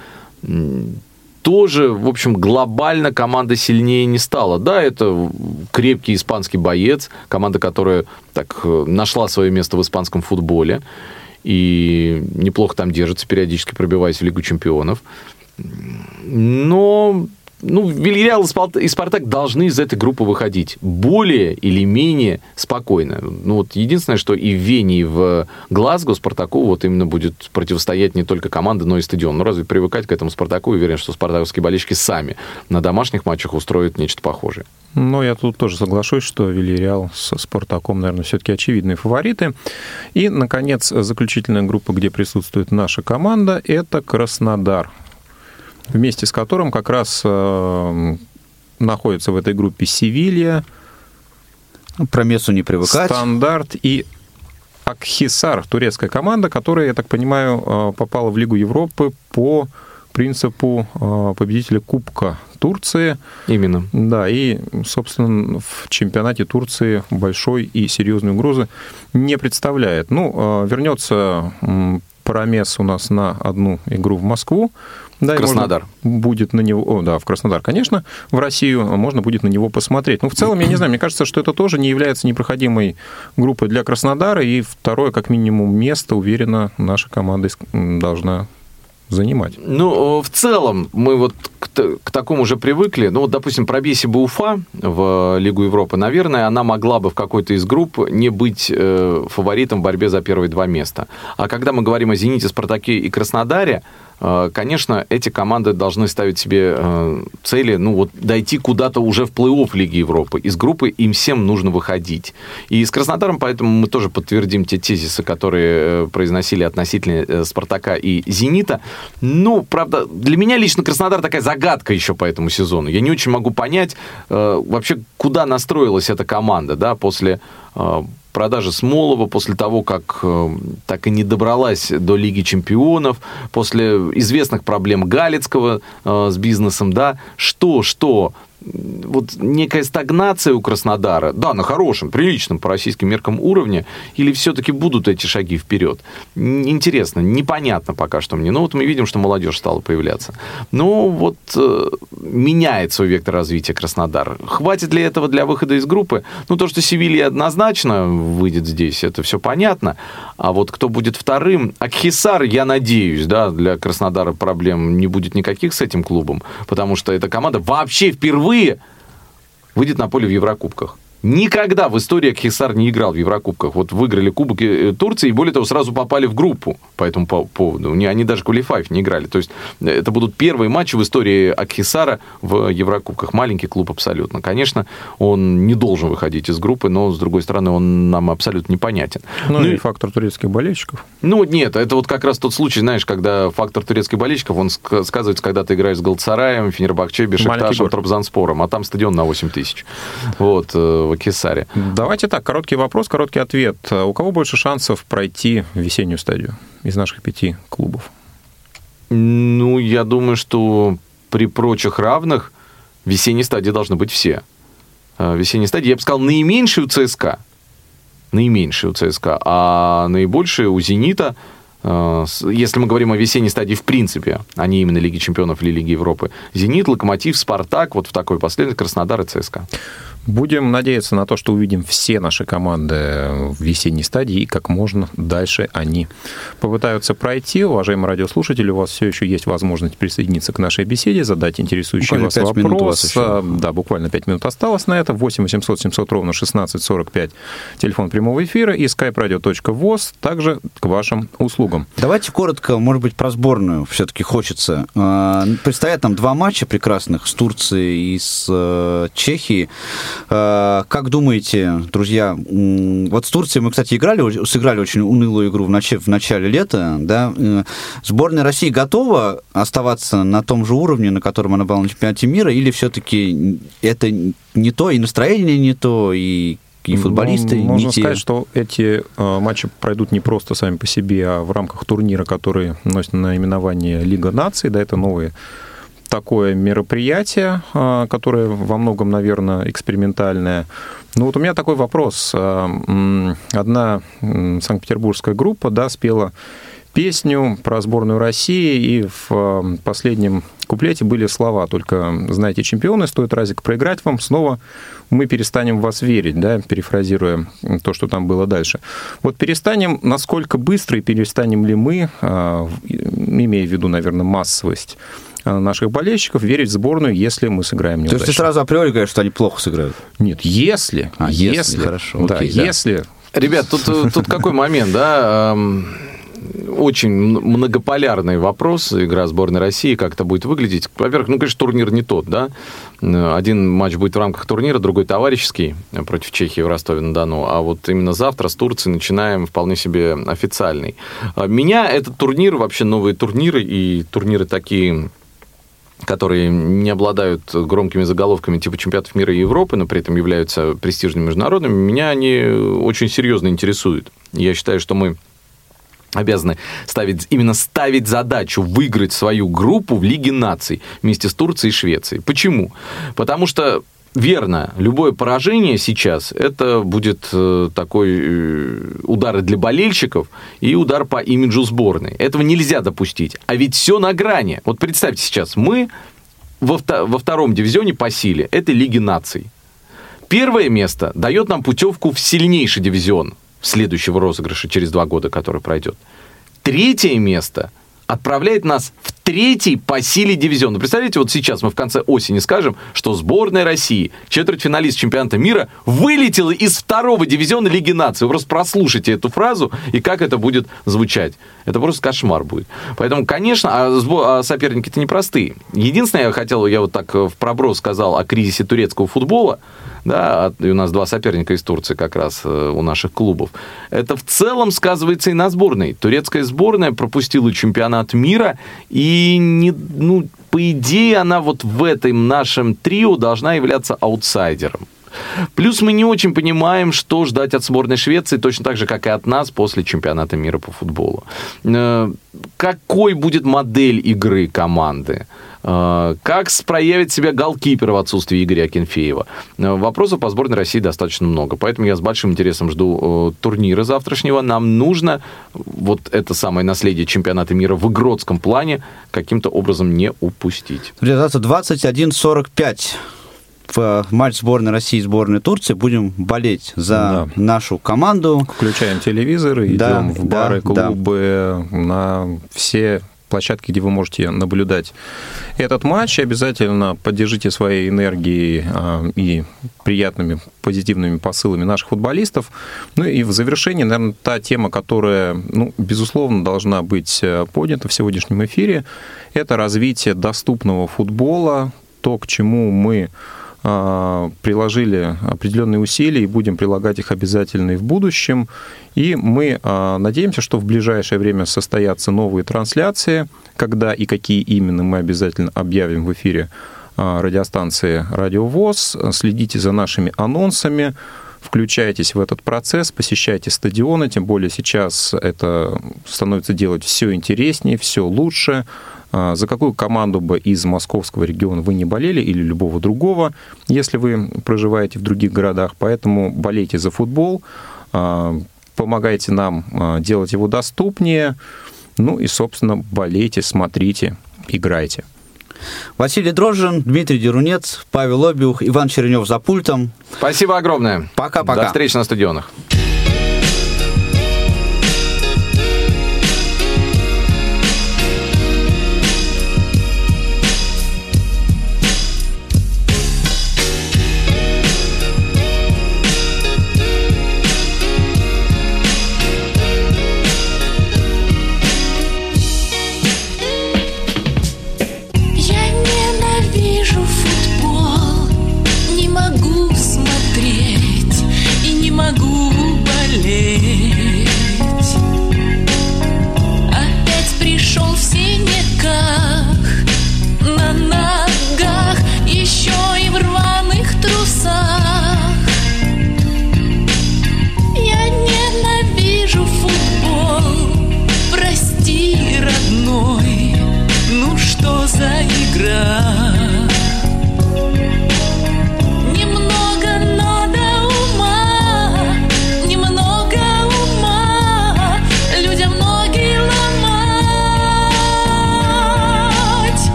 тоже, в общем, глобально команда сильнее не стала. Да, это крепкий испанский боец, команда, которая так нашла свое место в испанском футболе и неплохо там держится, периодически пробиваясь в Лигу Чемпионов. Но «Вильяреал» и «Спартак» должны из этой группы выходить более или менее спокойно. Единственное, что и в Вене, и в Глазго «Спартаку» вот именно будет противостоять не только команда, но и стадион. Разве привыкать к этому «Спартаку»? Уверен, что спартаковские болельщики сами на домашних матчах устроят нечто похожее. Я тут тоже соглашусь, что «Вильяреал» со «Спартаком», наверное, все-таки очевидные фавориты. И, наконец, заключительная группа, где присутствует наша команда, это «Краснодар», вместе с которым как раз находится в этой группе «Севилья», про Мессу не привыкать, «Стандарт» и «Акхисар», турецкая команда, которая, я так понимаю, попала в Лигу Европы по принципу победителя Кубка Турции. Именно. Да, и, собственно, в чемпионате Турции большой и серьезной угрозы не представляет. Вернется Парамес у нас на одну игру в Москву, Да, Краснодар. Будет на него, в Краснодар, конечно, в Россию, можно будет на него посмотреть. Но в целом, я не знаю, мне кажется, что это тоже не является непроходимой группой для Краснодара, и второе, как минимум, место, уверенно, наша команда должна занимать. Ну, в целом, мы вот к такому уже привыкли. Ну, вот, допустим, пробейся бы Уфа в Лигу Европы, наверное, она могла бы в какой-то из групп не быть фаворитом в борьбе за первые 2 места. А когда мы говорим о «Зените», «Спартаке» и «Краснодаре», конечно, эти команды должны ставить себе цели, ну вот, дойти куда-то уже в плей-офф Лиги Европы. Из группы им всем нужно выходить. И с Краснодаром, поэтому мы тоже подтвердим те тезисы, которые произносили относительно «Спартака» и «Зенита». Ну, правда, для меня лично Краснодар такая загадка еще по этому сезону. Я не очень могу понять вообще, куда настроилась эта команда, да, после продажи Смолова, после того, как так и не добралась до Лиги Чемпионов, после известных проблем Галицкого с бизнесом, да, что вот некая стагнация у Краснодара, да, на хорошем, приличном по российским меркам уровне, или все-таки будут эти шаги вперед? Интересно, непонятно пока что мне. Но вот мы видим, что молодежь стала появляться. Но вот меняет свой вектор развития Краснодар. Хватит ли этого для выхода из группы? Ну, то, что Севилья однозначно выйдет здесь, это все понятно. А вот кто будет вторым? Акхисар, я надеюсь, да, для Краснодара проблем не будет никаких с этим клубом, потому что эта команда вообще впервые выйдет на поле в Еврокубках. Никогда в истории Акхисар не играл в Еврокубках. Вот выиграли Кубок Турции, и более того, сразу попали в группу по этому поводу. Они даже квалифайв не играли. То есть это будут первые матчи в истории Акхисара в Еврокубках. Маленький клуб абсолютно. Конечно, он не должен выходить из группы, но, с другой стороны, он нам абсолютно непонятен. Ну и фактор турецких болельщиков. Ну, нет, это вот как раз тот случай, знаешь, когда фактор турецких болельщиков, он сказывается, когда ты играешь с Галатасараем, Фенербахче, Бешикташем, Трабзонспором, а там стадион на 8 тысяч. Вот, в Акхисаре. Давайте так, короткий вопрос, короткий ответ. У кого больше шансов пройти весеннюю стадию из наших 5 клубов? Ну, я думаю, что при прочих равных в весенней стадии должны быть все. В весенней стадии, я бы сказал, наименьший у ЦСКА. Наименьший у ЦСКА. А наибольший у «Зенита», если мы говорим о весенней стадии в принципе, а не именно Лиги Чемпионов или Лиги Европы, «Зенит», «Локомотив», «Спартак», вот в такой последовательности, Краснодар и ЦСКА. Будем надеяться на то, что увидим все наши команды в весенней стадии, и как можно дальше они попытаются пройти. Уважаемые радиослушатели, у вас все еще есть возможность присоединиться к нашей беседе, задать интересующий вас вопрос. Да, буквально 5 минут осталось на это. 8 800 700 ровно 1645, телефон прямого эфира, и skype-radio.voz также к вашим услугам. Давайте коротко, может быть, про сборную все-таки хочется. Предстоят нам 2 матча прекрасных с Турцией и с Чехией. Как думаете, друзья, вот с Турцией мы, кстати, сыграли очень унылую игру в начале лета, да? Сборная России готова оставаться на том же уровне, на котором она была на чемпионате мира, или все-таки это не то, и настроение не то, и футболисты можно не те? Сказать, что эти матчи пройдут не просто сами по себе, а в рамках турнира, который носит наименование Лига наций, да, это новые такое мероприятие, которое во многом, наверное, экспериментальное. Ну вот у меня такой вопрос. Одна санкт-петербургская группа, да, спела песню про сборную России, и в последнем куплете были слова: только знаете, чемпионы, стоит разик проиграть вам, снова мы перестанем в вас верить, да, перефразируя то, что там было дальше. Вот перестанем, насколько быстро, и перестанем ли мы, имея в виду, наверное, массовость наших болельщиков, верить в сборную, если мы сыграем неудачно. То есть ты сразу априори говоришь, что они плохо сыграют? Нет, если. Если. Хорошо. Да, окей, если. Ребят, тут какой момент, да? Очень многополярный вопрос, игра сборной России, как это будет выглядеть. Во-первых, ну, конечно, турнир не тот, да? Один матч будет в рамках турнира, другой товарищеский против Чехии в Ростове-на-Дону, а вот именно завтра с Турцией начинаем вполне себе официальный. Меня этот турнир, вообще новые турниры и турниры такие, которые не обладают громкими заголовками типа чемпионатов мира и Европы, но при этом являются престижными международными, меня они очень серьезно интересуют. Я считаю, что мы обязаны ставить задачу выиграть свою группу в Лиге наций вместе с Турцией и Швецией. Почему? Потому что верно, любое поражение сейчас, это будет такой удар для болельщиков и удар по имиджу сборной. Этого нельзя допустить. А ведь все на грани. Вот представьте сейчас, мы во втором дивизионе по силе этой Лиги наций. Первое место дает нам путевку в сильнейший дивизион следующего розыгрыша через 2 года, который пройдет. Третье место отправляет нас в 3-й по силе дивизион. Ну, представляете, вот сейчас мы в конце осени скажем, что сборная России, четвертьфиналист чемпионата мира, вылетела из 2-го дивизиона Лиги наций. Вы просто прослушайте эту фразу, и как это будет звучать. Это просто кошмар будет. Поэтому, конечно, соперники-то непростые. Единственное, я вот так в проброс сказал о кризисе турецкого футбола, да, и у нас 2 соперника из Турции как раз у наших клубов. Это в целом сказывается и на сборной. Турецкая сборная пропустила чемпионат мира, и, по идее, она вот в этом нашем трио должна являться аутсайдером. Плюс мы не очень понимаем, что ждать от сборной Швеции, точно так же, как и от нас после чемпионата мира по футболу. Какой будет модель игры команды? Как проявит себя голкипер в отсутствии Игоря Акинфеева? Вопросов по сборной России достаточно много, поэтому я с большим интересом жду турнира завтрашнего. Нам нужно вот это самое наследие чемпионата мира в игротском плане каким-то образом не упустить. Завтра 21:45 в матч сборной России и сборной Турции. Будем болеть за нашу команду. Включаем телевизоры, идем в бары, клубы, на все площадки, где вы можете наблюдать этот матч. Обязательно поддержите своей энергией и приятными, позитивными посылами наших футболистов. Ну и в завершении, наверное, та тема, которая, безусловно, должна быть поднята в сегодняшнем эфире, это развитие доступного футбола, то, к чему мы приложили определенные усилия и будем прилагать их обязательно и в будущем. И мы надеемся, что в ближайшее время состоятся новые трансляции, когда и какие именно мы обязательно объявим в эфире радиостанции «Радио ВОС». Следите за нашими анонсами, включайтесь в этот процесс, посещайте стадионы, тем более сейчас это становится делать все интереснее, все лучше. За какую команду бы из московского региона вы не болели или любого другого, если вы проживаете в других городах. Поэтому болейте за футбол, помогайте нам делать его доступнее. Ну и, собственно, болейте, смотрите, играйте. Василий Дрожжин, Дмитрий Дерунец, Павел Обиух, Иван Черенев за пультом. Спасибо огромное. Пока-пока. До встречи на стадионах.